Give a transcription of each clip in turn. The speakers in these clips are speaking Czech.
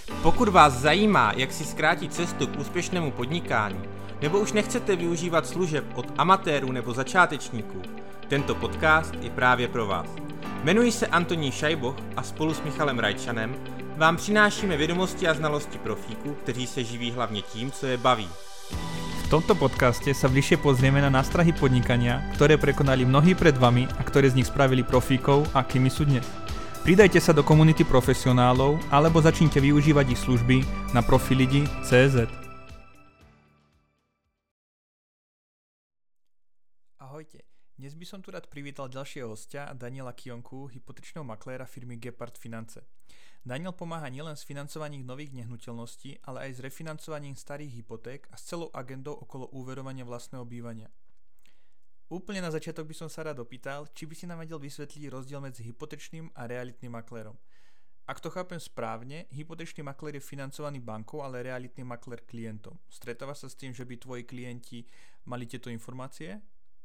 Pokud vás zajímá, jak si zkrátit cestu k úspěšnému podnikání, nebo už nechcete využívat služeb od amatérů nebo začátečníků, tento podcast je právě pro vás. Jmenuji se Antonín Šajboch a spolu s Michalem Rajčanem vám přinášíme vědomosti a znalosti profíků, kteří se živí hlavně tím, co je baví. V tomto podcaste sa bližšie pozrieme na nástrahy podnikania, ktoré prekonali mnohí pred vami a ktoré z nich spravili profíkov, akými sú dnes. Pridajte sa do komunity profesionálov alebo začnite využívať ich služby na profilidi.cz. Ahojte, dnes by som tu rád privítal ďalšieho hostia, Daniela Kionku, hypotečného makléra firmy Gepard Finance. Daniel pomáha nielen s financovaním nových nehnuteľností, ale aj s refinancovaním starých hypoték a s celou agendou okolo úverovania vlastného bývania. Úplne na začiatok by som sa rád opýtal, či by si nám vedel vysvetliť rozdiel medzi hypotečným a realitným maklérom. Ak to chápem správne, hypotečný maklér je financovaný bankou, ale realitný maklér klientom. Stretáva sa s tým, že by tvoji klienti mali tieto informácie?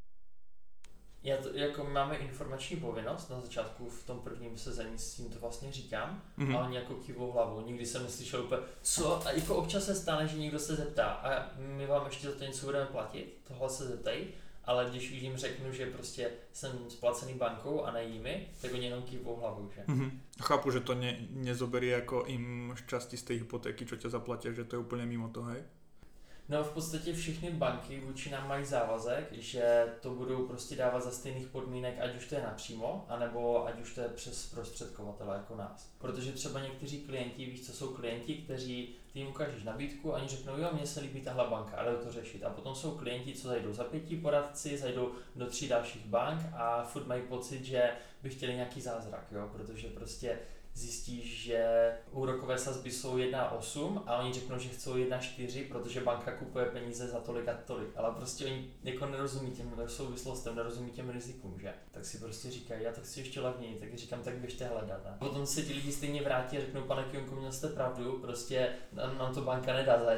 Máme informační povinnost na začátku v tom prvním sezení, s tím to vlastně říkám, a oni jako kývou hlavou. Nikdy jsem neslyšel úplně, co? A jako občas se stane, že někdo se zeptá a my vám ještě za to něco budeme platit, tohle se zeptají, ale když už jim řeknu, že prostě jsem splacený bankou a ne jimi, tak oni jenom kývou hlavou, že? Chápu, že to nezoberie jako im z časti z té hypotéky, čo ťa zaplatia, že to je úplně mimo to, hej? No v podstatě všechny banky vůči nám mají závazek, že to budou prostě dávat za stejných podmínek, ať už to je napřímo, anebo ať už to je přes zprostředkovatele jako nás. Protože třeba někteří klienti, víš co jsou klienti, kteří ty jim ukážeš nabídku a oni řeknou, jo, mně se líbí tahle banka a jdou to řešit. A potom jsou klienti, co zajdou za 5 poradci, zajdou do 3 dalších bank a furt mají pocit, že by chtěli nějaký zázrak, jo, protože prostě zjistíš, že úrokové sazby jsou 1,8 a oni řeknou, že chcou 1,4, protože banka kupuje peníze za tolik a tolik, ale prostě oni jako nerozumí těm souvislostem, nerozumí těm rizikům, že? Tak si prostě říkají, já to chci ještě levněji, tak říkám, tak běžte hledat. Ne? Potom se ti lidi stejně vrátí a řeknou, pane Kionku, měl jste pravdu, prostě nám to banka nedá za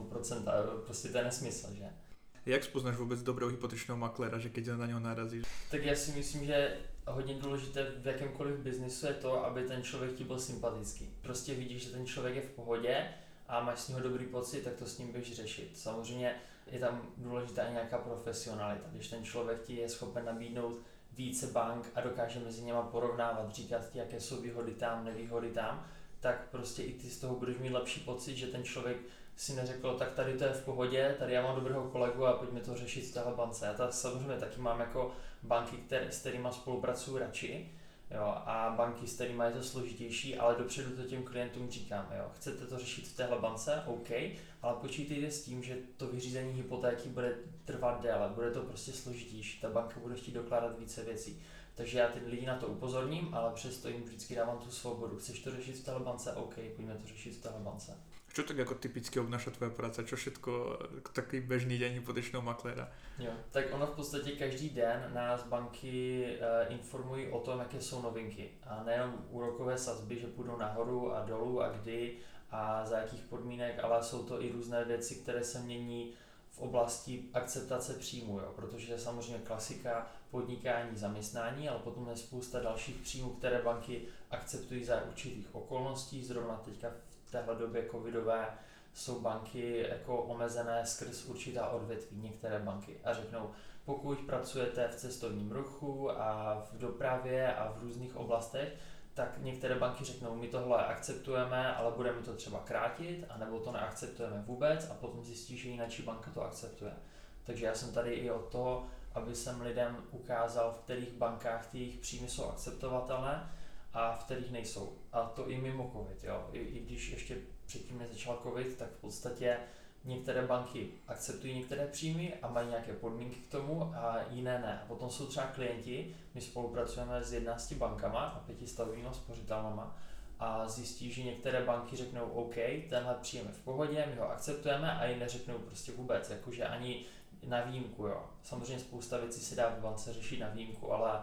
1,5%, prostě to je nesmysl, že? Jak spoznáš vůbec dobrého hypotečného makléra, že keď na něho narazíš? Tak já si myslím, že hodně důležité v jakémkoliv biznisu je to, aby ten člověk ti byl sympatický. Prostě vidíš, že ten člověk je v pohodě a máš s něho dobrý pocit, tak to s ním běž řešit. Samozřejmě je tam důležitá i nějaká profesionalita. Když ten člověk ti je schopen nabídnout více bank a dokáže mezi něma porovnávat, říkat ti, jaké jsou výhody tam, nevýhody tam, tak prostě i ty z toho budeš mít lepší pocit, že ten člověk si neřekl, tak tady to je v pohodě, tady já mám dobrého kolegu a pojďme to řešit v téhle bance. Já samozřejmě taky mám jako banky, s kterými spolupracuju radši, jo, a banky, s kterými je to složitější, ale dopředu to těm klientům říkám, jo, chcete to řešit v téhle bance, OK, ale počítejte s tím, že to vyřízení hypotéky bude trvat déle, bude to prostě složitější, ta banka bude chtít dokládat více věcí. Takže já ty lidi na to upozorním, ale přesto jim vždycky dávám tu svobodu. Chceš to řešit v téhle bance? OK, pojďme to řešit v téhle bance. Čo tak jako typicky obnáša tvoje práce? Čo všetko takový bežný den hypotečného makléra? Jo, tak ono v podstatě každý den nás banky informují o tom, jaké jsou novinky. A nejenom úrokové sazby, že půjdou nahoru a dolů a kdy a za jakých podmínek, ale jsou to i různé věci, které se mění v oblasti akceptace příjmu, jo, protože samozřejmě klasika podnikání, zaměstnání, ale potom je spousta dalších příjmů, které banky akceptují za určitých okolností. Zrovna teďka v téhle době covidové jsou banky jako omezené skrz určitá odvětví, některé banky, a řeknou, pokud pracujete v cestovním ruchu a v dopravě a v různých oblastech, tak některé banky řeknou, my tohle akceptujeme, ale budeme to třeba krátit, anebo to neakceptujeme vůbec a potom zjistí, že jináčí banka to akceptuje. Takže já jsem tady i o to, aby jsem lidem ukázal, v kterých bankách ty jejich příjmy jsou akceptovatelné a v kterých nejsou. A to i mimo covid, jo. I když ještě předtím nezačal covid, tak v podstatě některé banky akceptují některé příjmy a mají nějaké podmínky k tomu a jiné ne. A potom jsou třeba klienti, my spolupracujeme s 11 bankama a 5 stavebními spořitelnama a zjistí, že některé banky řeknou OK, tenhle příjem je v pohodě, my ho akceptujeme a jiné řeknou prostě vůbec, jakože ani na výjimku, jo. Samozřejmě spousta věcí se dá v bance řešit na výjimku, ale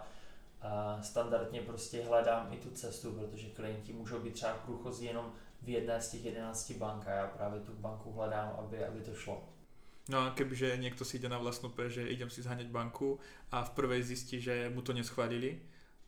standardně prostě hledám i tu cestu, protože klienti můžou být třeba průchozí jenom v jedné z těch 11 bank a já právě tu banku hledám, aby to šlo. No a kebyže niekto si ide na vlastnú pé, že idem si zháňať banku a v prvej zistí, že mu to neschválili,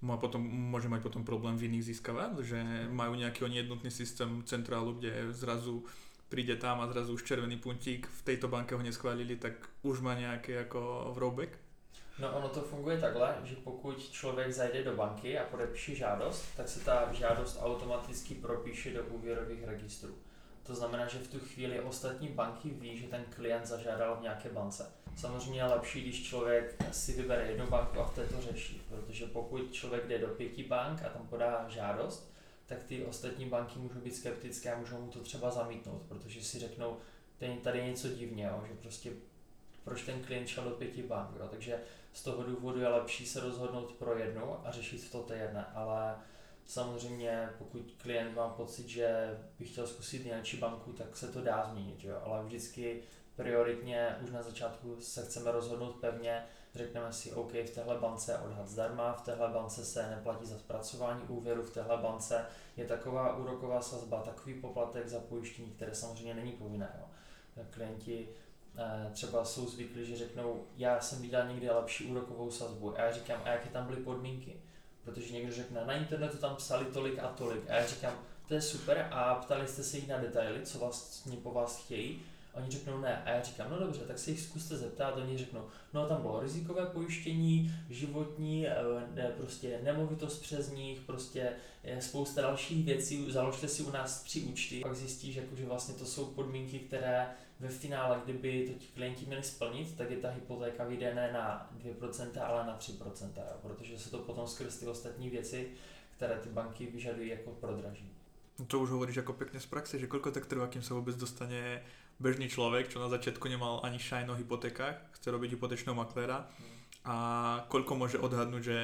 môže mať potom problém v iných získavať, že majú nejaký jednotný systém centrálu, kde zrazu príde tam a zrazu už červený puntík, v tejto banke ho neschválili, tak už má nějaký jako throwback? No ono to funguje takhle, že pokud člověk zajde do banky a podepíše žádost, tak se ta žádost automaticky propíše do úvěrových registrů. To znamená, že v tu chvíli ostatní banky ví, že ten klient zažádal v nějaké bance. Samozřejmě je lepší, když člověk si vybere jednu banku a v té to řeší, protože pokud člověk jde do 5 bank a tam podá žádost, tak ty ostatní banky můžou být skeptické a můžou mu to třeba zamítnout, protože si řeknou, tady je něco divně, jo, že prostě proč ten klient šel do 5 bank, jo, takže z toho důvodu je lepší se rozhodnout pro jednu a řešit to té jedné, ale samozřejmě pokud klient má pocit, že by chtěl zkusit jinou banku, tak se to dá změnit, jo, ale vždycky prioritně už na začátku se chceme rozhodnout pevně, řekneme si, OK, v téhle bance je odhad zdarma, v téhle bance se neplatí za zpracování úvěru, v téhle bance je taková úroková sazba, takový poplatek za pojištění, které samozřejmě není povinné. Jo. Klienti třeba jsou zvyklí, že řeknou, já jsem viděl někde lepší úrokovou sazbu a já říkám, a jaké tam byly podmínky? Protože někdo řekne, na internetu tam psali tolik a tolik a já říkám, to je super a ptali jste se jich na detaily, co vlastně po vás chtějí. Oni řeknou ne a já říkám, no dobře, tak se jich zkuste zeptat, oni řeknou, no tam bylo rizikové pojištění, životní, prostě nemovitost přes nich, prostě spousta dalších věcí, založte si u nás 3 účty, pak zjistíš, že vlastně to jsou podmínky, které ve finále, kdyby to ti klienti měli splnit, tak je ta hypotéka vyjde ne na 2%, ale na 3%, jo, protože se to potom skrz ty ostatní věci, které ty banky vyžadují, jako prodraží. No to už hovoríš ako pekne z praxe, že koľko tak trvá, kým sa vôbec dostane bežný človek, čo na začiatku nemal ani šajn o hypotékach, chce robiť hypotečného makléra a koľko môže odhadnúť, že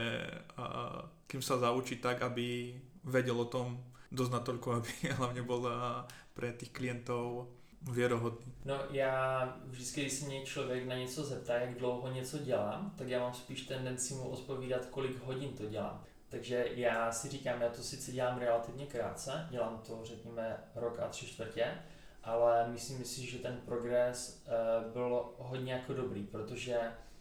kým sa zaučí tak, aby vedel o tom dosť natoľko, aby hlavne bol pre tých klientov věrohodný. No já vždycky, když se mě člověk na něco zeptá, jak dlouho něco dělám, tak já mám spíš tendenci mu odpovídat, kolik hodin to dělám. Takže já si říkám, já to sice dělám relativně krátce, dělám to řekněme rok a 3/4, ale myslím si, že ten progres byl hodně jako dobrý, protože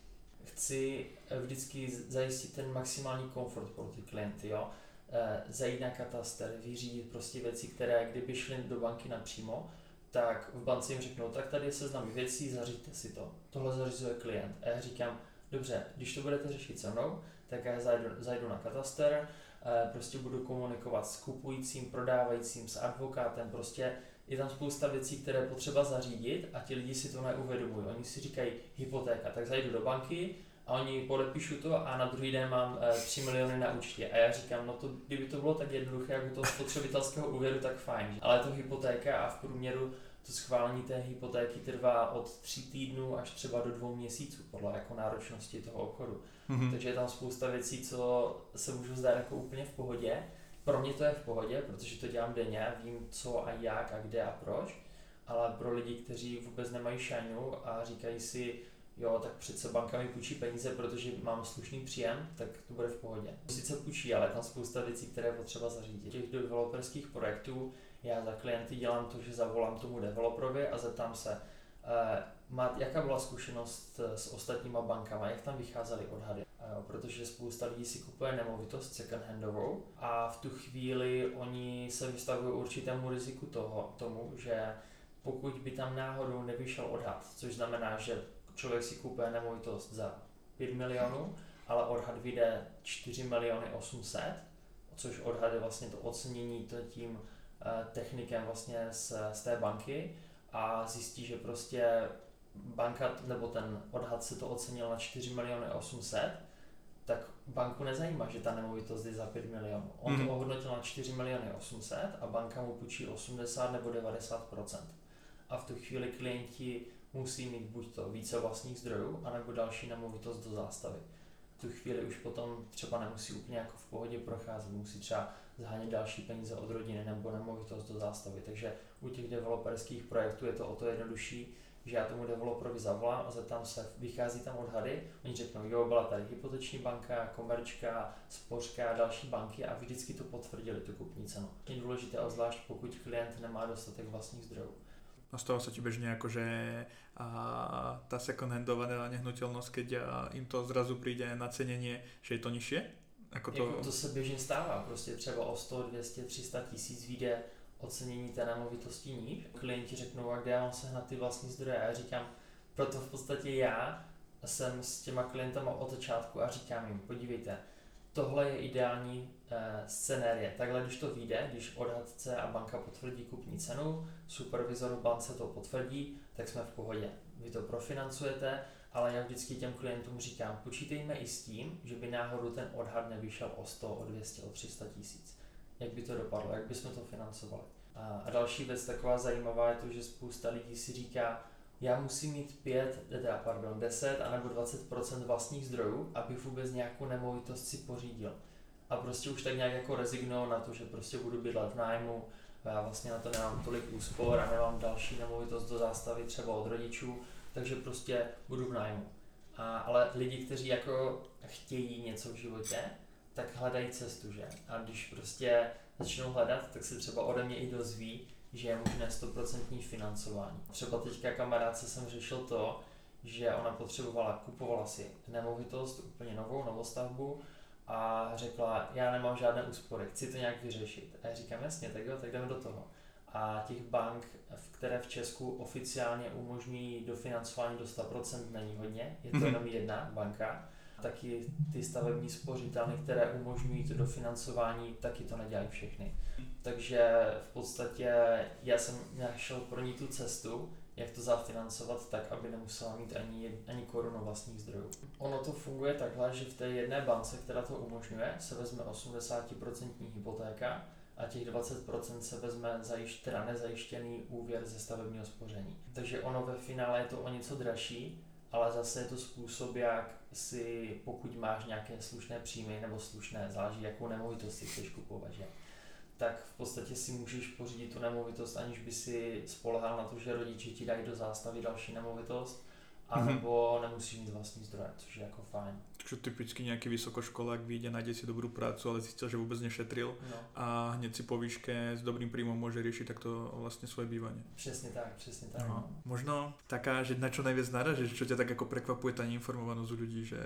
chci vždycky zajistit ten maximální komfort pro ty klienty, jo. Zajít na katastr, vyřídit prostě věci, které kdyby šly do banky napřímo, tak v bance jim řeknou, tak tady je seznam věcí, zařiďte si to. Tohle zařizuje klient. A já říkám, dobře, když to budete řešit se mnou, tak já zajdu na katastr, prostě budu komunikovat s kupujícím, prodávajícím, s advokátem, prostě je tam spousta věcí, které potřeba zařídit a ti lidi si to neuvědomují. Oni si říkají hypotéka, tak zajdu do banky a oni podepíšu to a na druhý den mám 3 miliony na účtě. A já říkám, no to, kdyby to bylo tak jednoduché, jako toho spotřebitelského úvěru, tak fajn. Ale je to hypotéka a v průměru to schválení té hypotéky trvá od 3 týdnů až třeba do 2 měsíců, podle jako náročnosti toho obchodu. Takže je tam spousta věcí, co se můžou zdát jako úplně v pohodě. Pro mě to je v pohodě, protože to dělám denně, vím co a jak a kde a proč, ale pro lidi, kteří vůbec nemají šajnu a říkají si, jo, tak přece banka mi půjčí peníze, protože mám slušný příjem, tak to bude v pohodě. Sice půjčí, ale je tam spousta věcí, které je potřeba zařídit. Těch developerských projektů já za klienty dělám to, že zavolám tomu developerovi a zeptám se, jaká byla zkušenost s ostatníma bankama, jak tam vycházely odhady. Protože spousta lidí si kupuje nemovitost second handovou a v tu chvíli oni se vystavují určitému riziku tomu, že pokud by tam náhodou nevyšel odhad, což znamená, že člověk si kupuje nemovitost za 5 milionů, ale odhad vyjde 4 miliony 800, což odhad je vlastně to ocenění tím technikem vlastně z té banky a zjistí, že prostě banka nebo ten odhad se to ocenil na 4 miliony 800, tak banku nezajímá, že ta nemovitost je za 5 milionů. On to ohodnotil na 4 miliony 800 a banka mu půjčí 80 nebo 90%. A v tu chvíli klienti musí mít buď to více vlastních zdrojů, anebo další nemovitost do zástavy. V tu chvíli už potom třeba nemusí úplně jako v pohodě procházet, musí třeba zhánět další peníze od rodiny nebo nemovitost do zástavy. Takže u těch developerských projektů je to o to jednodušší, že já tomu developerovi zavolám a zeptám se, vychází tam odhady, oni řeknou, jo, byla tady hypoteční banka, Komerčka, Spořka, další banky a vždycky to potvrdili, tu kupní cenu. Je důležité, zvlášť pokud klient nemá dostatek vlastních zdrojů. A stalo sa ti bežne ako, že tá second handovaná nehnuteľnosť, keď im to zrazu príde na cenenie, že je to nižšie To se běžně stává, prostě třeba o 100, 200, 300 tisíc vyjde ocenění té nemovitosti níž. Klienti řeknou, a kde já mám sehnat ty vlastní zdroje, a já říkám, proto v podstatě já jsem s těma klientama od začátku a říkám jim, podívejte, tohle je ideální scenérie. Takhle, když to vyjde, když odhadce a banka potvrdí kupní cenu, supervizor v bance to potvrdí, tak jsme v pohodě. Vy to profinancujete, ale já vždycky těm klientům říkám, počítejme i s tím, že by náhodou ten odhad nevyšel o 100, o 200, o 300 tisíc. Jak by to dopadlo, jak bychom to financovali. A další věc taková zajímavá je to, že spousta lidí si říká, já musím mít 10 anebo 20% vlastních zdrojů, abych vůbec nějakou nemovitost si pořídil. A prostě už tak nějak jako rezignuju na to, že prostě budu bydlet v nájmu, já vlastně na to nemám tolik úspor a nemám další nemovitost do zástavy třeba od rodičů, takže prostě budu v nájmu. Ale lidi, kteří jako chtějí něco v životě, tak hledají cestu, že? A když prostě začnou hledat, tak se třeba ode mě i dozví, že je možné 100% financování. Třeba teďka kamarádce jsem řešil to, že ona kupovala si nemovitost, úplně novou novostavbu a řekla, já nemám žádné úspory, chci to nějak vyřešit. A já říkám, jasně, tak jo, tak jdeme do toho. A těch bank, které v Česku oficiálně umožňují dofinancování do 100%, není hodně, je to jenom jedna banka. Taky ty stavební spořitelny, které umožňují to dofinancování, taky to nedělají všechny. Takže v podstatě já jsem našel pro ní tu cestu, jak to zafinancovat tak, aby nemusela mít ani korunu vlastních zdrojů. Ono to funguje takhle, že v té jedné bance, která to umožňuje, se vezme 80% hypotéka a těch 20% se vezme nezajištěný úvěr ze stavebního spoření. Takže ono ve finále je to o něco dražší, ale zase je to způsob, jak si, pokud máš nějaké slušné příjmy nebo záleží jakou nemovitost si chceš kupovat, že? Tak v podstatě si můžeš pořídit tu nemovitost, aniž by si spolehal na to, že rodiče ti dají do zástavy další nemovitost, anebo nemusíš mít vlastní zdroje, což je jako fajn. Takže typicky nějaký vysokoškolák vyjde, najde si dobrou prácu, ale zistil, že vůbec nešetril a hned si po výške s dobrým príjmom môže riešiť takto vlastne svoje bývanie. Přesně tak. No. Možno taká, že na čo najviac narážeš, čo ťa tak ako prekvapuje tá neinformovanosť u ľudí, že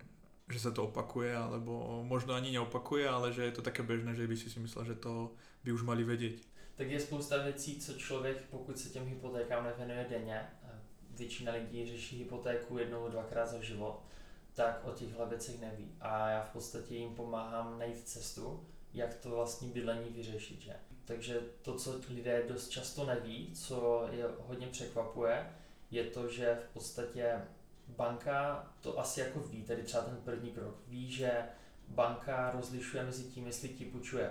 sa to opakuje, alebo možno ani neopakuje, ale že je to také bežné, že by si myslel, že to by už mali vedieť. Tak je spousta věcí, co člověk, pokud se těm hypotékám nevěnuje denně, většina lidí řeší hypotéku 1-2krát za život, tak o těchto věcech neví. A já v podstatě jim pomáhám najít cestu, jak to vlastní bydlení vyřešit. Že? Takže to, co lidé dost často neví, co je hodně překvapuje, je to, že v podstatě banka to asi jako ví, tedy třeba ten první krok, ví, že banka rozlišuje mezi tím, jestli ti půjčuje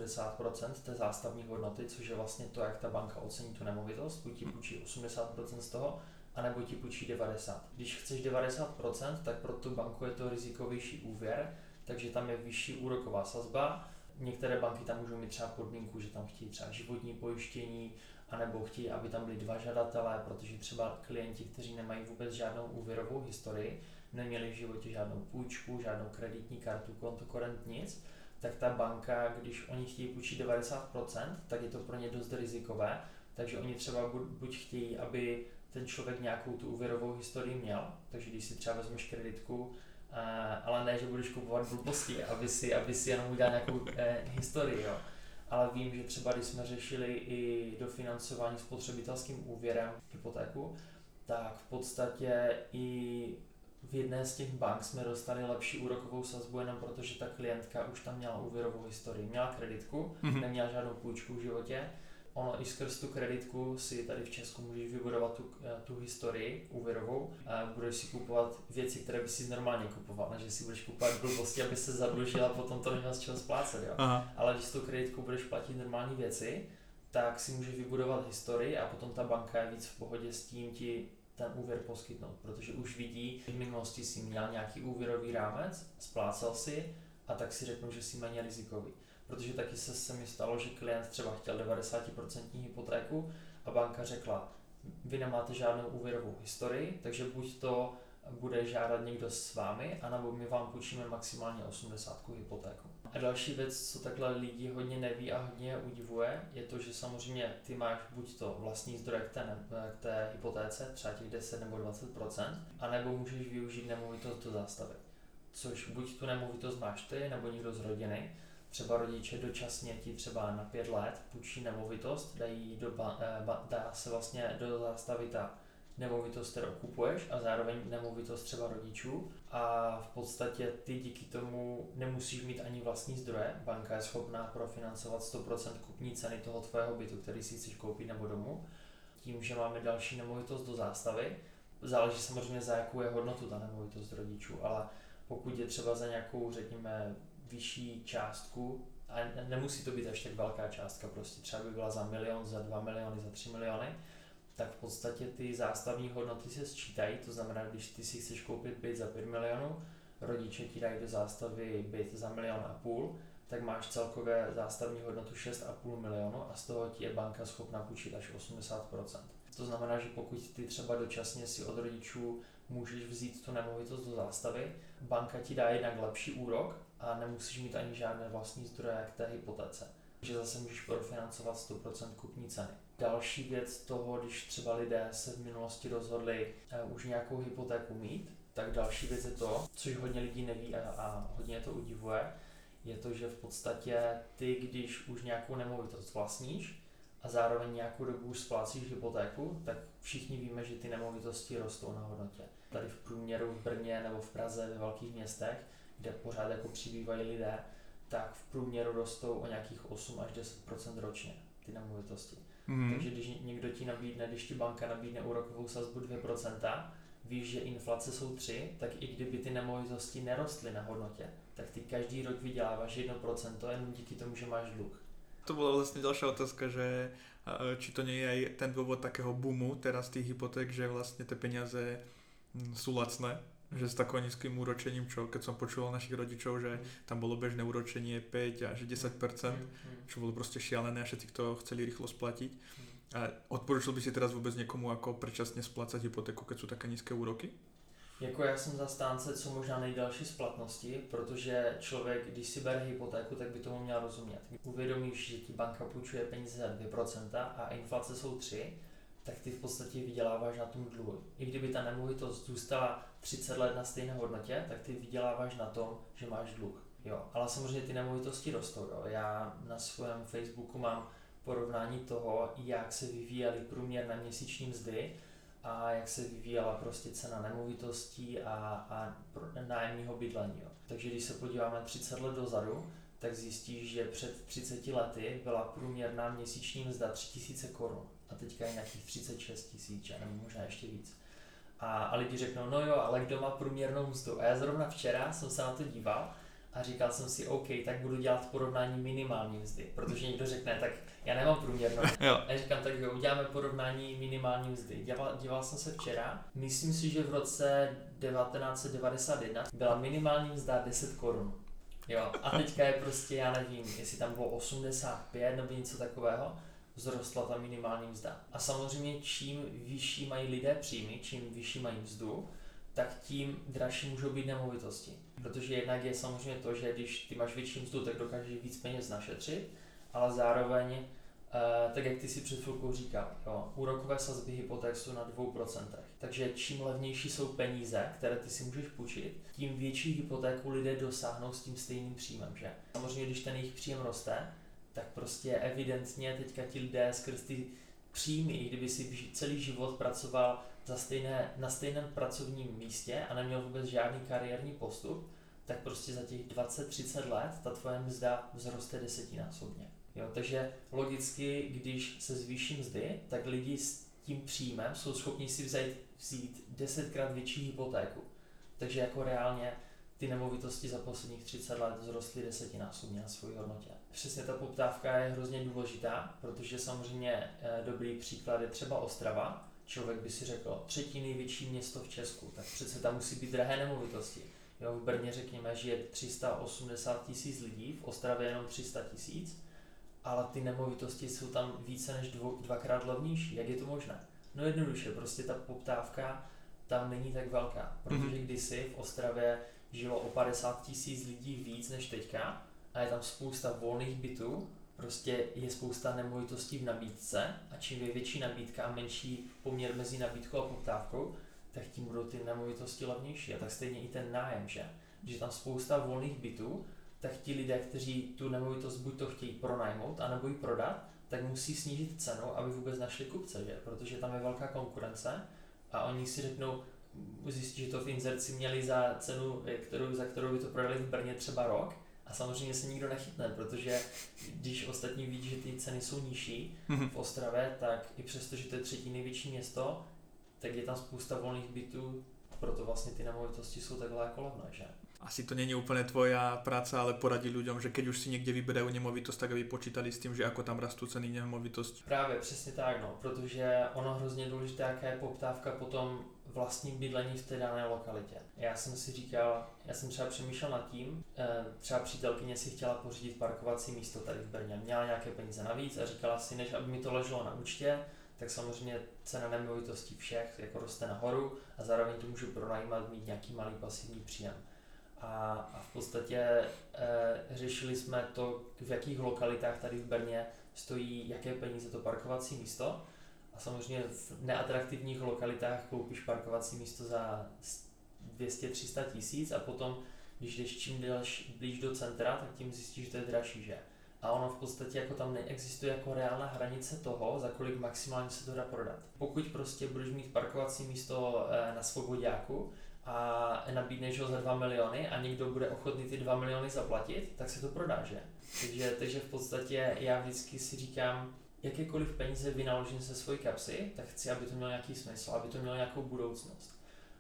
80% té zástavní hodnoty, což je vlastně to, jak ta banka ocení tu nemovitost, buď ti půjčí 80% z toho, anebo ti půjčí 90%. Když chceš 90%, tak pro tu banku je to rizikovější úvěr, takže tam je vyšší úroková sazba. Některé banky tam můžou mít třeba podmínku, že tam chtějí třeba životní pojištění, anebo chtějí, aby tam byli 2 žadatelé, protože třeba klienti, kteří nemají vůbec žádnou úvěrovou historii, neměli v životě žádnou půjčku, žádnou kreditní kartu, konto, korent, nic, tak ta banka, když oni chtějí půjčit 90%, tak je to pro ně dost rizikové, takže oni třeba buď chtějí, aby ten člověk nějakou tu úvěrovou historii měl, takže když si třeba vezmeš kreditku, ale ne, že budeš kupovat blbosti, aby si jenom udělal nějakou historii, jo. Ale vím, že třeba když jsme řešili i dofinancování spotřebitelským úvěrem hypotéku, tak v podstatě i v jedné z těch bank jsme dostali lepší úrokovou sazbu jenom protože ta klientka už tam měla úvěrovou historii. Měla kreditku, neměla žádnou půjčku v životě. Ono i skrz tu kreditku si tady v Česku můžeš vybudovat tu historii úvěrovou a budeš si kupovat věci, které by si normálně kupoval, než si budeš kupovat blbosti, aby se zadlužil a potom to neměl z čeho splácet. Jo? Ale když s tou kreditkou budeš platit normální věci, tak si můžeš vybudovat historii a potom ta banka je víc v pohodě s tím ti ten úvěr poskytnout, protože už vidí, že v minulosti si měl nějaký úvěrový rámec, splácal si a tak si řeknou, že si méně rizikový. Protože taky se mi stalo, že klient třeba chtěl 90% hypotéku a banka řekla, vy nemáte žádnou úvěrovou historii, takže buď to bude žádat někdo s vámi, anebo my vám půjčíme maximálně 80 hypotéku. A další věc, co takhle lidi hodně neví a hodně je udivuje, je to, že samozřejmě ty máš buď to vlastní zdroje k té hypotéce, třeba těch 10 nebo 20%, anebo můžeš využít nemovitost do zástavy. což buď tu nemovitost máš ty, nebo někdo z rodiny. Třeba rodiče dočasně ti třeba na 5 let půjčí nemovitost, dá se vlastně do zástavy ta nemovitost, kterou kupuješ, a zároveň nemovitost třeba rodičů, a v podstatě ty díky tomu nemusíš mít ani vlastní zdroje. Banka je schopná profinancovat 100% kupní ceny toho tvého bytu, který si chceš koupit, nebo domu, tím, že máme další nemovitost do zástavy. Záleží samozřejmě, za jakou je hodnotu ta nemovitost rodičů, ale pokud je třeba za nějakou, řekněme, vyšší částku, a nemusí to být až tak velká částka, prostě třeba by byla za 1 milion, za 2 miliony, za 3 miliony, tak v podstatě ty zástavní hodnoty se sčítají, to znamená, když ty si chceš koupit byt za 5 milionů, rodiče ti dají do zástavy byt za 1,5 milionu, tak máš celkové zástavní hodnotu 6,5 milionu a z toho ti je banka schopna půjčit až 80%. To znamená, že pokud ty třeba dočasně si od rodičů můžeš vzít tu nemovitost do zástavy, banka ti dá jednak lepší úrok a nemusíš mít ani žádné vlastní zdroje k té hypotéce. Takže zase můžeš profinancovat 100% kupní ceny. Další věc toho, když třeba lidé se v minulosti rozhodli už nějakou hypotéku mít, tak další věc je to, což hodně lidí neví a hodně to udivuje, je to, že v podstatě ty, když už nějakou nemovitost vlastníš a zároveň nějakou dobu už splácíš hypotéku, tak všichni víme, že ty nemovitosti rostou na hodnotě. Tady v průměru v Brně nebo v Praze, ve velkých městech, kde pořád jako přibývají lidé, tak v průměru rostou o nějakých 8 až 10% ročně ty nemovitosti. Takže když někdo ti nabídne, když ti banka nabídne úrokovou sazbu 2%, víš, že inflace jsou 3, tak i kdyby ty nemovitosti nerostly na hodnotě, tak ty každý rok vyděláváš 1% jenom díky tomu, že máš dluh. To bola vlastne ďalšia otázka, že či to nie je aj ten dôvod takého boomu teraz tých hypoték, že vlastne tie peniaze sú lacné, že s takou nízkym úročením, čo keď som počúval našich rodičov, že tam bolo bežné úročenie 5 až 10%, čo bolo proste šialené a všetci to chceli rýchlo splatiť. A odporučil by si teraz vôbec niekomu ako predčasne splácať hypotéku, keď sú také nízké úroky? Jako já jsem zastánce co možná nejdelší splatnosti, protože člověk, když si bere hypotéku, tak by tomu měl rozumět. Uvědomíš, že ti banka půjčuje peníze za 2% a inflace jsou 3, tak ty v podstatě vyděláváš na tom dluhu. I kdyby ta nemovitost zůstala 30 let na stejné hodnotě, tak ty vyděláváš na tom, že máš dluh. Jo, ale samozřejmě ty nemovitosti rostou. Jo. Já na svém Facebooku mám porovnání toho, jak se vyvíjely průměrné měsíční mzdy a jak se vyvíjela prostě cena nemovitostí a nájemního bydlení. Jo. Takže když se podíváme 30 let dozadu, tak zjistíš, že před 30 lety byla průměrná měsíční mzda 3000 korun a teďka je nějakých 36 000, nebo možná ještě víc. A lidi řeknou, no jo, ale kdo má průměrnou mzdu? A já zrovna včera jsem se na to díval a říkal jsem si, OK, tak budu dělat porovnání minimální mzdy, protože někdo řekne, tak já nemám průměrnou. A já říkám, tak jo, uděláme porovnání minimální mzdy. Díval jsem se včera, myslím si, že v roce 1991 byla minimální mzda 10 korun. Jo, a teďka je prostě, já nevím, jestli tam bylo 85 nebo něco takového, vzrostla ta minimální mzda. A samozřejmě čím vyšší mají lidé příjmy, čím vyšší mají mzdu, tak tím dražší můžou být nemovitosti. Protože jednak je samozřejmě to, že když ty máš větší mzdu, tak dokážeš víc peněz našetřit, ale zároveň, tak jak ty si před chvilkou říkal, jo, úrokové sazby hypoték jsou na 2%. Takže čím levnější jsou peníze, které ty si můžeš půjčit, tím větší hypotéku lidé dosáhnou s tím stejným příjmem, že? Samozřejmě, když ten jejich příjem roste, tak prostě evidentně teďka ti lidé skrz ty příjmy, i kdyby si celý život pracoval na stejném pracovním místě a neměl vůbec žádný kariérní postup, tak prostě za těch 20-30 let ta tvoje mzda vzroste 10násobně. Jo, takže logicky, když se zvýší mzdy, tak lidi s tím příjmem jsou schopni si vzít 10krát větší hypotéku. Takže jako reálně ty nemovitosti za posledních 30 let vzrostly 10násobně na svoji hodnotě. Přesně ta poptávka je hrozně důležitá, protože samozřejmě dobrý příklad je třeba Ostrava. Člověk by si řekl, 3. největší město v Česku, tak přece tam musí být drahé nemovitosti. Jo, v Brně řekněme, že je 380 000 lidí, v Ostravě jenom 300 000, ale ty nemovitosti jsou tam více než dvakrát levnější. Jak je to možné? No jednoduše, prostě ta poptávka tam není tak velká, protože kdysi v Ostravě žilo o 50 000 lidí víc než teďka a je tam spousta volných bytů, prostě je spousta nemovitostí v nabídce a čím je větší nabídka a menší poměr mezi nabídkou a poptávkou, tak tím budou ty nemovitosti levnější a tak stejně i ten nájem, že? že tam spousta volných bytů, tak ti lidé, kteří tu nemovitost buď to chtějí pronajmout, anebo ji prodat, tak musí snížit cenu, aby vůbec našli kupce, že? Protože tam je velká konkurence a oni si řeknou, zjistí, že to v inzerci měli za cenu, za kterou by to prodali v Brně třeba rok, a samozřejmě se nikdo nechytne, protože když ostatní vidí, že ty ceny jsou nižší v Ostravě, tak i přesto, že to je 3. největší město, tak je tam spousta volných bytů, proto vlastně ty nemovitosti jsou takhle jako levné, že? Asi to není úplne tvoja práca, ale poradí ľuďom, že keď už si niekde vyberajú nemovitosť, tak aby počítali s tým, že ako tam rastú ceny nemovitosti. Právě, přesně tak, no, protože ono hrozně důležité, jaká je poptávka po tom vlastním bydlení v té dané lokalitě. Já jsem si říkal, já jsem třeba přemýšlel nad tím, třeba přítelkyně si chtěla pořídit parkovací místo tady v Brně, měla nějaké peníze navíc a říkala si, než aby mi to leželo na účtě, tak samozřejmě cena nemovitostí všech jako roste nahoru a zároveň to můžu pronajímat, mít nějaký malý pasivní příjem. A v podstatě řešili jsme to, v jakých lokalitách tady v Brně stojí, jaké peníze to parkovací místo. A samozřejmě v neatraktivních lokalitách koupíš parkovací místo za 200-300 tisíc a potom, když jdeš čím blíž do centra, tak tím zjistíš, že to je dražší, že? A ono v podstatě jako tam neexistuje jako reálná hranice toho, za kolik maximálně se to dá prodat. Pokud prostě budeš mít parkovací místo na Svoboďáku a nabídneš ho za 2 miliony a někdo bude ochotný ty 2 miliony zaplatit, tak se to prodá, že? Takže v podstatě já vždycky si říkám, jakékoliv peníze vynaložím ze svojí kapsy, tak chci, aby to mělo nějaký smysl, aby to mělo nějakou budoucnost.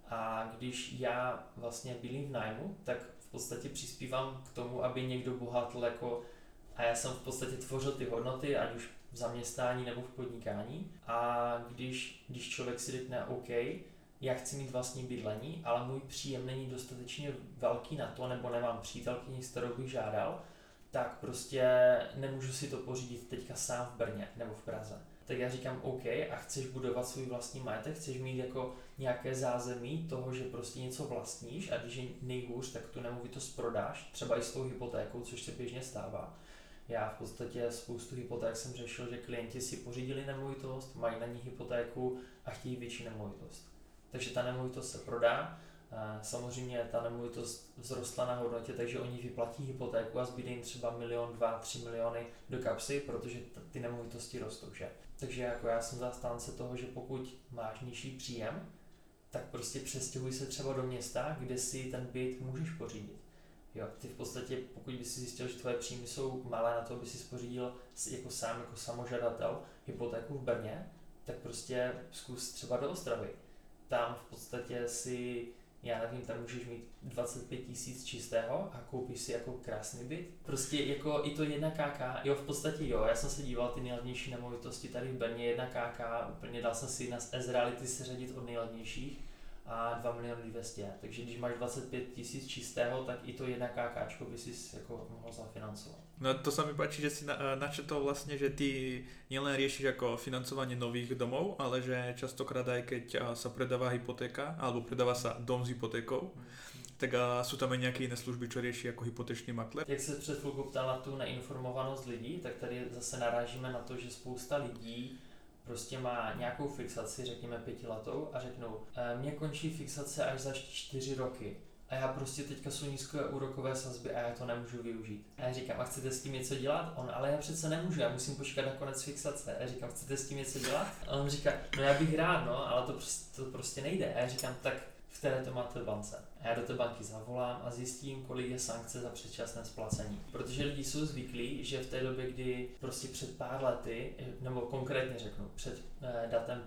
A když já vlastně bydlím v nájmu, tak v podstatě přispívám k tomu, aby někdo bohatl jako, a já jsem v podstatě tvořil ty hodnoty, ať už v zaměstnání nebo v podnikání. A když člověk si řekne, OK, já chci mít vlastní bydlení, ale můj příjem není dostatečně velký na to, nebo nemám přítelkyni, s kterou bych žádal, tak prostě nemůžu si to pořídit teďka sám v Brně nebo v Praze. Tak já říkám OK, a chceš budovat svůj vlastní majetek, chceš mít jako nějaké zázemí toho, že prostě něco vlastníš a když je nejhůř, tak tu nemovitost prodáš, třeba i s tou hypotékou, což se běžně stává. Já v podstatě spoustu hypoték jsem řešil, že klienti si pořídili nemovitost, mají na ní hypotéku a chtějí větší nemovitost. Takže ta nemovitost se prodá, samozřejmě ta nemovitost vzrostla na hodnotě, takže oni vyplatí hypotéku a zbyde jim třeba 1, 2 miliony, 3 miliony do kapsy, protože ty nemovitosti rostou, že? Takže jako já jsem zastánce toho, že pokud máš nižší příjem, tak prostě přestěhuj se třeba do města, kde si ten byt můžeš pořídit. Jo, ty v podstatě, pokud by si zjistil, že tvoje příjmy jsou malé na to, aby si pořídil jako sám, jako samožadatel hypotéku v Brně, tak prostě zkus třeba do Ostravy. Tam v podstatě si, já nevím, tam můžeš mít 25 000 čistého a koupíš si jako krásný byt. Prostě jako i to 1 kk, jo v podstatě jo, já jsem se díval ty nejlevnější nemovitosti tady v Brně, 1 kk, úplně dal jsem si na S-Reality seřadit od nejlevnějších a 2 200 000, takže když máš 25 000 čistého, tak i to 1 kk by si jako mohl zafinancovat. No to sa mi páči, že si načetol vlastne, že ty nielen riešiš ako financovanie nových domov, ale že častokrát aj keď sa predáva hypotéka, alebo predáva sa dom s hypotékou, tak sú tam aj nejaké iné služby, čo rieši ako hypotečný maklér. Jak se před chvilkou ptal na tu neinformovanost lidí, tak tady zase narážíme na to, že spousta lidí prostě má nějakou fixaci, řekněme 5letou, a řeknou, mně končí fixace až za 4 roky. A já prostě teďka jsou nízké úrokové sazby a já to nemůžu využít. A já říkám, a chcete s tím něco dělat? On, ale já přece nemůžu, já musím počkat na konec fixace. A já říkám, chcete s tím něco dělat? A on říká, no já bych rád, no, ale to prostě nejde. A já říkám, tak v které to máte bance? A já do té banky zavolám a zjistím, kolik je sankce za předčasné splacení. Protože lidi jsou zvyklí, že v té době, kdy prostě před pár lety, nebo konkrétně řeknu, před datem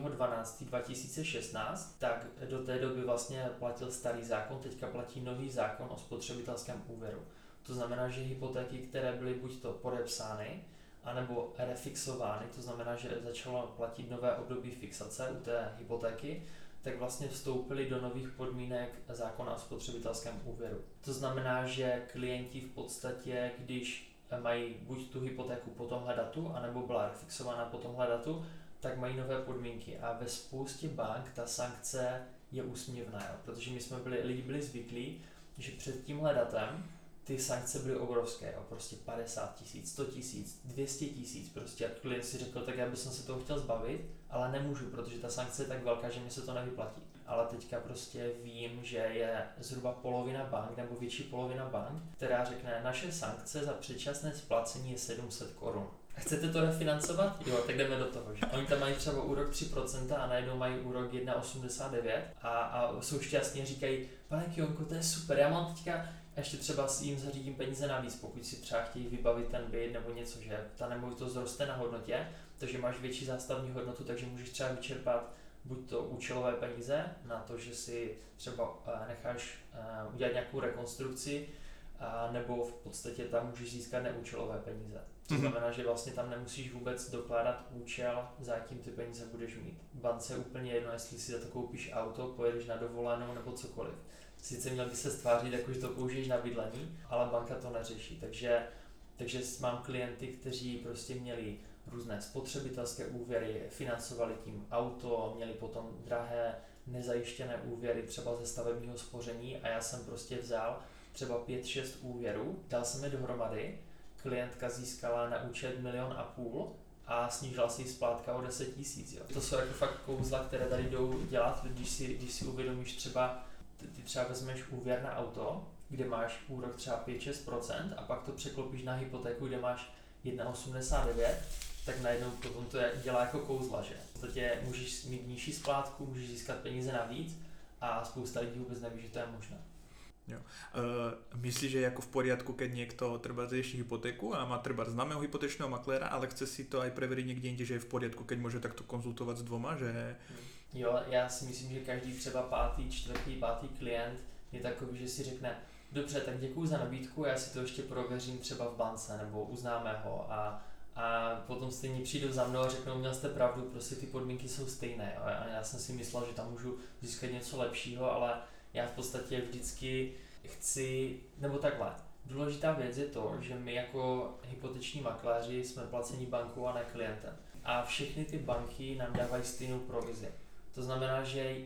1.12.2016, tak do té doby vlastně platil starý zákon, teďka platí nový zákon o spotřebitelském úvěru. To znamená, že hypotéky, které byly buď to podepsány, anebo refixovány, to znamená, že začalo platit nové období fixace u té hypotéky, tak vlastně vstoupili do nových podmínek zákona o spotřebitelském úvěru. To znamená, že klienti v podstatě, když mají buď tu hypotéku po tomhle datu, anebo byla refixována po tomhle datu, tak mají nové podmínky. A ve spoustě bank ta sankce je úsměvná, protože my jsme lidi byli zvyklí, že před tímhle datem ty sankce byly obrovské, jo, prostě 50 000, 100 000, 200 000, prostě a klient si řekl, tak já bych se toho chtěl zbavit, ale nemůžu, protože ta sankce je tak velká, že mi se to nevyplatí. Ale teďka prostě vím, že je zhruba polovina bank, nebo větší polovina bank, která řekne, naše sankce za předčasné splacení je 700 korun. Chcete to refinancovat? Jo, tak jdeme do toho. Že? Oni tam mají třeba úrok 3% a najednou mají úrok 1,89 a jsou šťastní a říkají, pane Kionko, to je super, já mám teďka, ještě třeba s jim zařídím peníze navíc, pokud si třeba chtějí vybavit ten byt nebo něco, že ta nemovitost roste na hodnotě, takže máš větší zástavní hodnotu, takže můžeš třeba vyčerpat buď to účelové peníze na to, že si třeba necháš udělat nějakou rekonstrukci, nebo v podstatě tam můžeš získat neúčelové peníze. To znamená, že vlastně tam nemusíš vůbec dokládat účel, za jakým ty peníze budeš mít. V bance je úplně jedno, jestli si za to koupíš auto, pojedeš na dovolenou nebo cokoliv. Sice měl by se stvářit, jako že to použiješ na bydlení, ale banka to neřeší. Takže mám klienty, kteří prostě měli různé spotřebitelské úvěry, financovali tím auto, měli potom drahé nezajištěné úvěry třeba ze stavebního spoření a já jsem prostě vzal třeba 5-6 úvěrů, dal jsem je dohromady, klientka získala na účet 1,5 milionu a snížila si splátka o 10 000. To jsou jako fakt kouzla, které tady jdou dělat, když si uvědomíš třeba, ty třeba vezmeš úvěr na auto, kde máš úrok třeba 5-6% a pak to překlopíš na hypotéku, kde máš 1,89, tak najednou potom to dělá jako kouzla, že? V podstatě můžeš mít nižší splátku, můžeš získat peníze navíc a spousta lidí vůbec neví, že to je možné. Jo. Myslíš, že je jako v poriadku, keď niekto treba rieši hypotéku a má treba známeho hypotečného makléra, ale chce si to aj preveriť niekde inde, že je v poriadku, keď môže takto konzultovať s dvoma, že... Jo, já si myslím, že každý třeba 5., 4., 5. klient je takový, že si řekne, dobře, tak děkuju za nabídku, já si to ještě prověřím třeba v bance nebo u známého a potom stejně přijdou za mnou a řeknou, měl jste pravdu, prostě ty podmínky jsou stejné. Jo? A já jsem si myslel, že tam můžu získat něco lepšího, ale já v podstatě vždycky chci, nebo takhle, důležitá věc je to, že my jako hypoteční makléři jsme placení bankou a ne klientem. A všechny ty banky nám dávají stejnou provizi. To znamená, že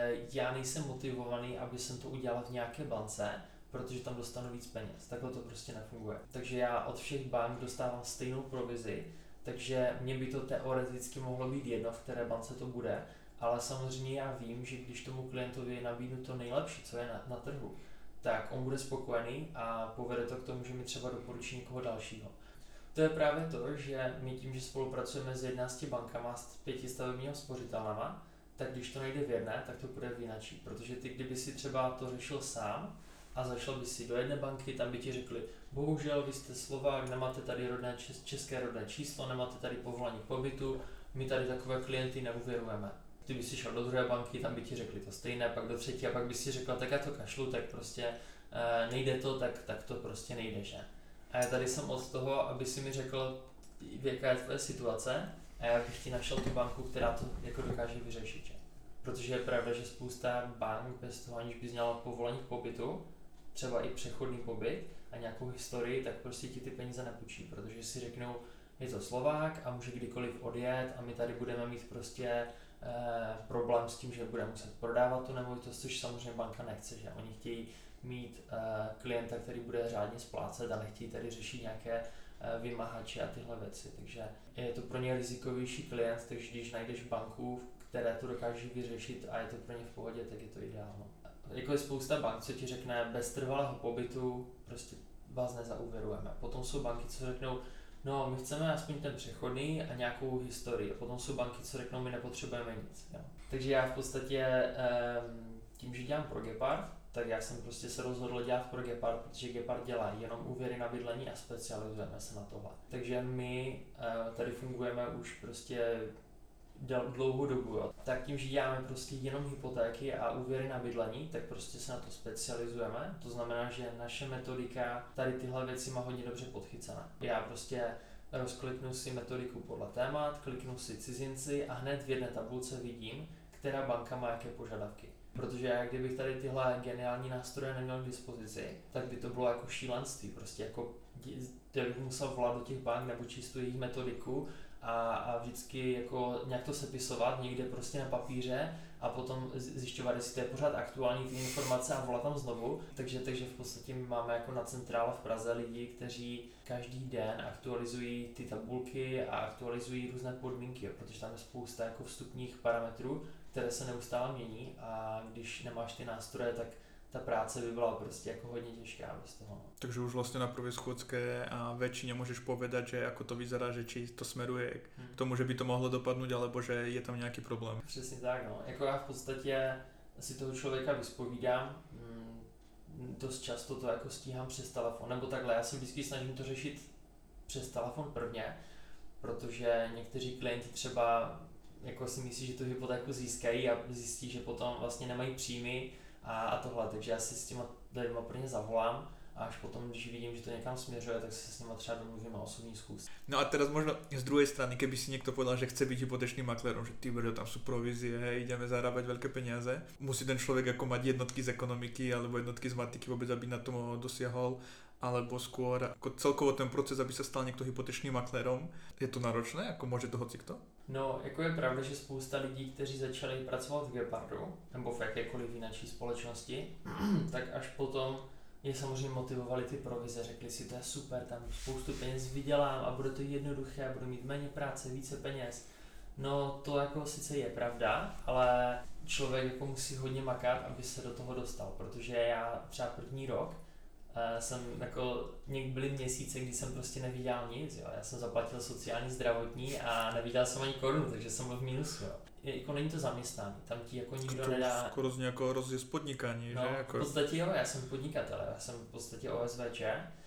já nejsem motivovaný, aby jsem to udělal v nějaké bance, protože tam dostanu víc peněz. Takhle to prostě nefunguje. Takže já od všech bank dostávám stejnou provizi, takže mě by to teoreticky mohlo být jedno, v které bance to bude, ale samozřejmě já vím, že když tomu klientovi nabídnu to nejlepší, co je na trhu, tak on bude spokojený a povede to k tomu, že mi třeba doporučí někoho dalšího. To je právě to, že my tím, že spolupracujeme s 11 bankama, s 5 stavebního spořitelnama, tak když to nejde v jedné, tak to bude v jinačí. Protože ty, kdyby si třeba to řešil sám a zašel by si do jedné banky, tam by ti řekli, bohužel vy jste Slovák, nemáte tady české rodné číslo, nemáte tady povolení k pobytu, my tady takové klienty neuvěrujeme. Ty by si šel do druhé banky, tam by ti řekli to stejné, pak do třetí a pak by si řekl, tak já to kašlu, tak prostě nejde to, tak to prostě nejde, že? A já tady jsem od toho, aby si mi řekl, jaká je tvoje situace a já bych ti našel tu banku, která to jako dokáže vyřešit, že? Protože je pravda, že spousta bank bez toho, aniž bys měla povolení k pobytu, třeba i přechodný pobyt a nějakou historii, tak prostě ti ty peníze nepůjčí, protože si řeknou, je to Slovák a může kdykoliv odjet a my tady budeme mít prostě problém s tím, že bude muset prodávat tu nemovitost, což samozřejmě banka nechce, že oni chtějí mít klienta, který bude řádně splácet a nechtějí tady řešit nějaké vymahače a tyhle věci, takže je to pro ně rizikovější klient, takže když najdeš banku, které to dokáže vyřešit a je to pro ně v pohodě, tak je to ideální. Jako je spousta bank, co ti řekne, bez trvalého pobytu prostě vás nezauvěrujeme. Potom jsou banky, co řeknou, no, my chceme aspoň ten přechodný a nějakou historii. A potom jsou banky, co řeknou, my nepotřebujeme nic. Jo. Takže já v podstatě tím, že dělám pro Gepard, tak já jsem prostě se rozhodl dělat pro Gepard, protože Gepard dělá jenom úvěry na bydlení a specializujeme se na tohle. Takže my tady fungujeme už prostě dlouhou dobu. Jo. Tak tím, že děláme prostě jenom hypotéky a úvěry na bydlení, tak prostě se na to specializujeme. To znamená, že naše metodika tady tyhle věci má hodně dobře podchycené. Já prostě rozkliknu si metodiku podle témat, kliknu si cizinci a hned v jedné tabulce vidím, která banka má jaké požadavky. Protože já, kdybych tady tyhle geniální nástroje neměl k dispozici, tak by to bylo jako šílenství. Prostě jako bych musel volat do těch bank nebo číst tu jejich metodiku a vždycky jako nějak to sepisovat někde prostě na papíře a potom zjišťovat, jestli to je pořád aktuální ty informace a volat tam znovu. Takže v podstatě my máme jako na centrále v Praze lidi, kteří každý den aktualizují ty tabulky a aktualizují různé podmínky, protože tam je spousta jako vstupních parametrů, které se neustále mění a když nemáš ty nástroje, tak ta práce by byla prostě jako hodně těžká bez toho. Takže už vlastně na prvej schôdzke a väčšine môžeš povedať, že ako to vyzerá, že či to smeruje k tomu, že by to mohlo dopadnúť, alebo že je tam nějaký problém. Přesně tak, no. Jako já v podstatě si toho člověka vyspovídám, dost často to jako stíhám přes telefon, nebo takhle, já se vždycky snažím to řešit přes telefon prvně, protože někteří klienti třeba jako si myslí, že tu hypotéku získají a zjistí, že potom vlastně nemají příjmy a tohle, takže já si s těma lidma prvně zavolám a až potom, když vidím, že to někam směřuje, tak se s nima třeba domluvím na osobní schůzce. No a teraz možno z druhej strany, keby si niekto povedal, že chce byť hypotečným maklérom, že ty brďo, tam sú provízie, ideme zarábať veľké peniaze, musí ten človek ako mať jednotky z ekonomiky alebo jednotky z matiky vôbec, aby na tom dosiahol, alebo skôr ako celkovo ten proces, aby sa stal niekto hypotečným maklérom. Je to náročné? Ako môže to hocikto? No, jako je pravda, že spousta lidí, kteří začali pracovat v Gepardu nebo v jakékoliv jiné společnosti, tak až potom je samozřejmě motivovali ty provize, řekli si, to je super, tam spoustu peněz vydělám a bude to jednoduché, budu mít méně práce, více peněz. No to jako sice je pravda, ale člověk jako musí hodně makat, aby se do toho dostal, protože já třeba první rok jsem jako byly měsíce, kdy jsem prostě nevydělal nic, jo. Já jsem zaplatil sociální, zdravotní a nevydělal jsem ani korunu, takže jsem byl v mínusu, jo. Jako není to zaměstnání, tam ti jako nikdo nedá... Skoro z nějakého rozjezd podnikání, no, že? Jako... v podstatě jo, já jsem podnikatel, já jsem v podstatě OSVČ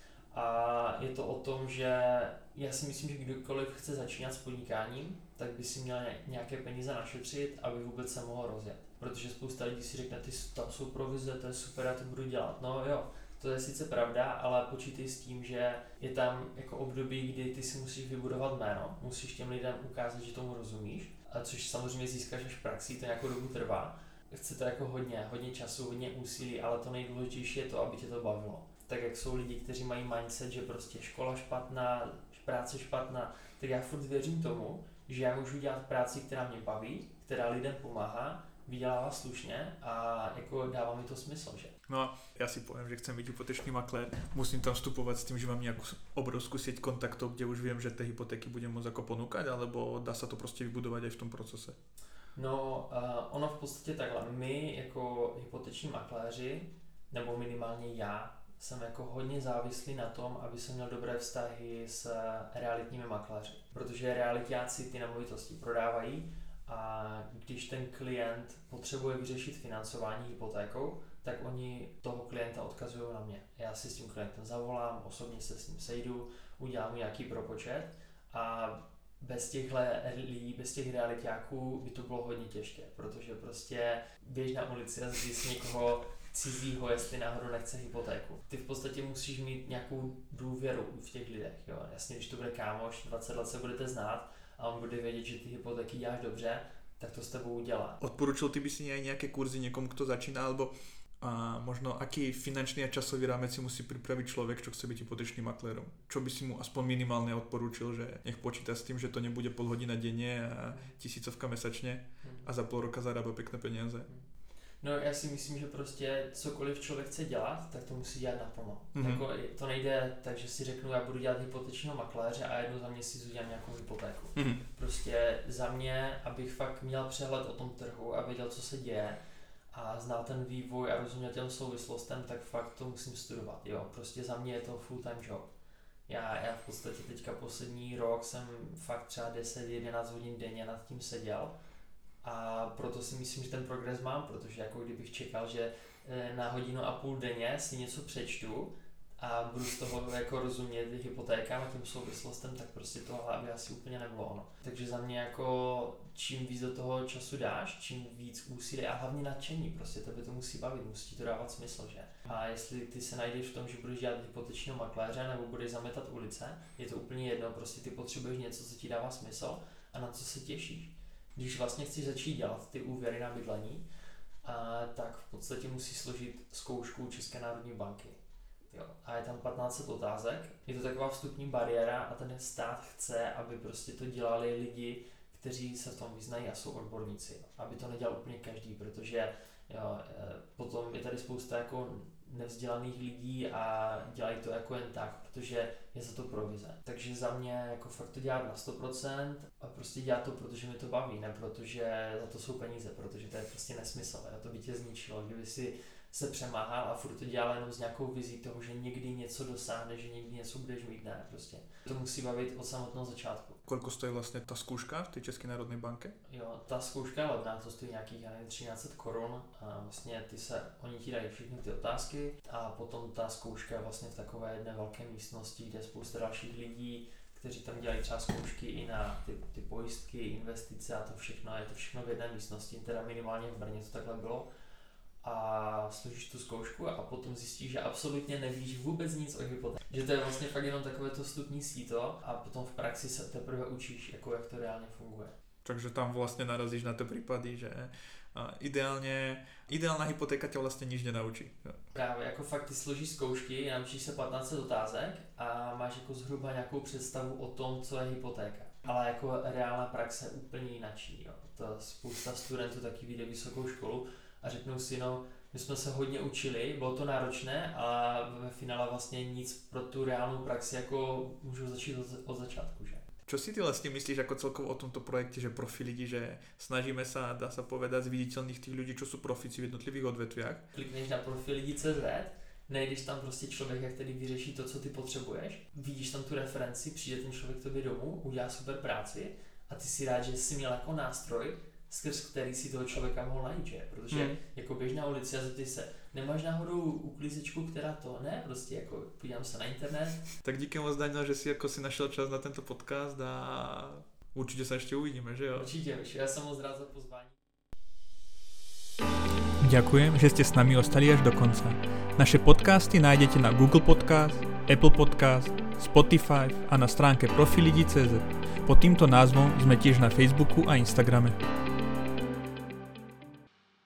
a je to o tom, že já si myslím, že kdokoliv chce začínat s podnikáním, tak by si měl nějaké peníze našetřit, aby vůbec se mohl rozjet. Protože spousta lidí si řekne, tam jsou provize, to je super, já to budu dělat. No jo, to je sice pravda, ale počítej s tím, že je tam jako období, kdy ty si musíš vybudovat jméno, musíš těm lidem ukázat, že tomu rozumíš, a což samozřejmě získáš až praxí, to nějakou dobu trvá. Chce to jako hodně času, hodně úsilí, ale to nejdůležitější je to, aby tě to bavilo. Tak jak jsou lidi, kteří mají mindset, že prostě škola špatná, práce špatná, tak já furt věřím tomu, že já můžu dělat práci, která mě baví, která lidem pomáhá, vydělává slušně a jako dává mi to smysl, že? No a ja si poviem, že chcem byť hypotečný maklér, musím tam vstupovať s tým, že mám nejakú obrovskú sieť kontaktov, kde už viem, že tie hypotéky budem môcť ako ponúkať, alebo dá sa to proste vybudovať aj v tom procese? No, ono v podstatě takhle, my jako hypoteční makléři, nebo minimálně já, jsem jako hodně závislý na tom, aby jsem měl dobré vztahy s realitními makléři, protože realitáci ty nemovitosti prodávají a když ten klient potřebuje vyřešit financování hypotékou, tak oni toho klienta odkazují na mě. Já si s tím klientem zavolám, osobně se s ním sejdu, udělám nějaký propočet a bez těchhle lidí, bez těch realitáků by to bylo hodně těžké, protože prostě běž na ulici a zjistí z někoho cizího, jestli náhodou nechce hypotéku. Ty v podstatě musíš mít nějakou důvěru v těch lidech, jo. Jasně, když to bude kámoš, 20 let se budete znát a on bude vědět, že ty hypotéky děláš dobře, tak to s tebou udělá. Odporučil ty by si aj nejaké kurzy niekomu, kto začína, alebo možno aký finančný a časový rámec si musí pripraviť človek, čo chce byť hypotečným maklérom? Čo by si mu aspoň minimálne odporúčil, že nech počíta s tým, že to nebude pol hodina denne a 1000 mesačne a za pol roka zarába pekné peniaze? No já si myslím, že prostě cokoliv člověk chce dělat, tak to musí dělat naplno. Jako, to nejde tak, že si řeknu, já budu dělat hypotečního makléře a jednou za měsíc udělám nějakou hypotéku. Prostě za mě, abych fakt měl přehled o tom trhu a věděl, co se děje a znal ten vývoj a rozuměl těm souvislostem, tak fakt to musím studovat. Jo? Prostě za mě je to full time job. Já v podstatě teďka poslední rok jsem fakt třeba 10-11 hodin denně nad tím seděl. A proto si myslím, že ten progres mám, protože jako kdybych čekal, že na 1,5 hodiny denně si něco přečtu a budu z toho jako rozumět hypotékám a těm souvislostem, tak prostě tohle by asi úplně nebylo ono. Takže za mě jako čím víc do toho času dáš, čím víc úsilí a hlavně nadšení, prostě tebe to musí bavit, musí to dávat smysl, že? A jestli ty se najdeš v tom, že budeš dělat hypotečního makléře nebo budeš zametat ulice, je to úplně jedno, prostě ty potřebuješ něco, co ti dává smysl a na co se těšíš. Když vlastně chceš začít dělat ty úvěry na bydlení, tak v podstatě musí složit zkoušku České národní banky. Jo. A je tam 1500 otázek. Je to taková vstupní bariéra a ten stát chce, aby prostě to dělali lidi, kteří se v tom vyznají a jsou odborníci. Aby to nedělal úplně každý, protože jo, potom je tady spousta jako nevzdělaných lidí a dělají to jako jen tak, protože je za to provize. Takže za mě jako fakt to dělat na 100% a prostě dělat to, protože mi to baví, ne protože za to jsou peníze, protože to je prostě nesmysl. A to by tě zničilo, kdyby si se přemáhal a furt to dělal jenom s nějakou vizí toho, že někdy něco dosáhne, že někdy něco budeš mít, ne, prostě. To musí bavit od samotného začátku. Koľko stojí vlastně ta zkouška v té České národné banke? Jo, ta zkouška je levná, to stojí nějakých, já nevím, 1300 korun a vlastně oni ti dají všechny ty otázky a potom ta zkouška je vlastně v takové jedné velké místnosti, kde je spousta dalších lidí, kteří tam dělají třeba zkoušky i na ty pojistky, investice a to všechno, a je to všechno v jedné místnosti, teda minimálně v Brně to takhle bylo. A složíš tu zkoušku a potom zjistíš, že absolutně nevíš vůbec nic o hypotéce. Že to je vlastně fakt jenom takové to vstupní síto a potom v praxi se teprve učíš, jako jak to reálně funguje. Takže tam vlastně narazíš na ty případy, že ideálna hypotéka tě vlastně nič nenaučí. Právě, jako fakt ty složíš zkoušky, naučíš se 15 otázek a máš jako zhruba nějakou představu o tom, co je hypotéka. Ale jako reálná praxe úplně jinačí. Jo. To spousta studentů taky vyjde vysokou školu a řeknou si, no, my jsme se hodně učili, bylo to náročné a ve finále vlastně nic pro tu reálnou praxi jako můžou začít od začátku, že? Čo si ty vlastne myslíš ako celkovo o tomto projekte, že profi lidí, že snažíme sa, dá sa povedať, zviditeľných tých ľudí, čo sú profici v jednotlivých odvetviach? Klikneš na profilidi.cz, najdeš tam prostě člověka, který vyřeší to, co ty potřebuješ, vidíš tam tu referenci, přijde ten člověk k tobě domů, udělá super práci a ty si rád, že jsi měl jako nástroj, skrz který si toho člověka mohl najít, že? Protože jako běž na ulici a zeptej se, nemáš náhodou uklízečku, která to? Ne, prostě jako podívám se na internet. Tak díky moc, Daniel, že si našel čas na tento podcast a určitě se ještě uvidíme, že jo? Určitě, já jsem moc rád za pozvání. Ďakujem, že ste s nami ostali až do konca. Naše podcasty nájdete na Google Podcast, Apple Podcast, Spotify a na stránke profilidi.cz. Pod týmto názvom sme tiež na Facebooku a Instagrame.